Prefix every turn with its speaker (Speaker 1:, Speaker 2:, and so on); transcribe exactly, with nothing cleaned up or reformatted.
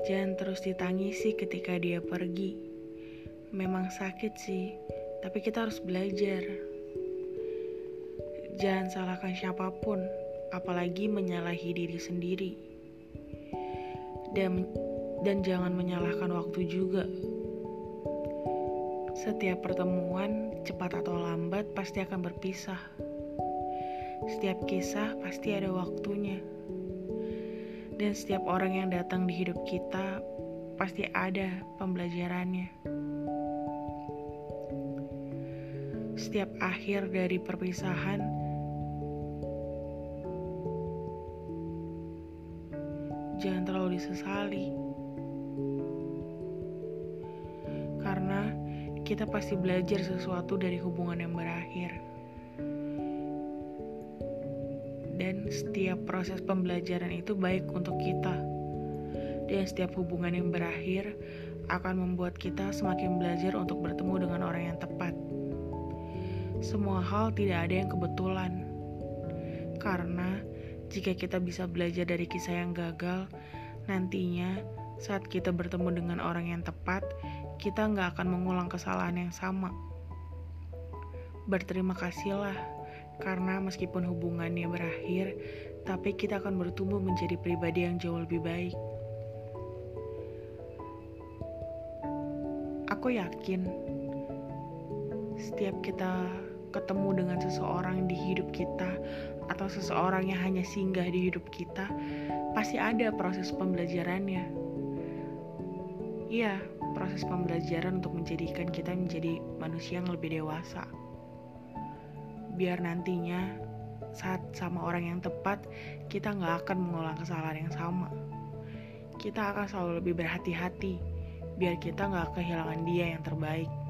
Speaker 1: Jangan terus ditangisi ketika dia pergi. Memang sakit sih, tapi kita harus belajar. Jangan salahkan siapapun, apalagi menyalahi diri sendiri. Dan, dan jangan menyalahkan waktu juga. Setiap pertemuan, cepat atau lambat, pasti akan berpisah. Setiap kisah pasti ada waktunya. Dan setiap orang yang datang di hidup kita pasti ada pembelajarannya. Setiap akhir dari perpisahan jangan terlalu disesali. Karena kita pasti belajar sesuatu dari hubungan yang berakhir. Dan setiap proses pembelajaran itu baik untuk kita. Dan setiap hubungan yang berakhir akan membuat kita semakin belajar untuk bertemu dengan orang yang tepat. Semua hal tidak ada yang kebetulan. Karena jika kita bisa belajar dari kisah yang gagal, nantinya saat kita bertemu dengan orang yang tepat, kita nggak akan mengulang kesalahan yang sama. Berterima kasihlah. Karena meskipun hubungannya berakhir, tapi kita akan bertumbuh menjadi pribadi yang jauh lebih baik. Aku yakin setiap kita ketemu dengan seseorang di hidup kita atau seseorang yang hanya singgah di hidup kita, pasti ada proses pembelajarannya. Iya, proses pembelajaran untuk menjadikan kita menjadi manusia yang lebih dewasa. Biar nantinya saat sama orang yang tepat, kita gak akan mengulang kesalahan yang sama. Kita akan selalu lebih berhati-hati, biar kita gak kehilangan dia yang terbaik.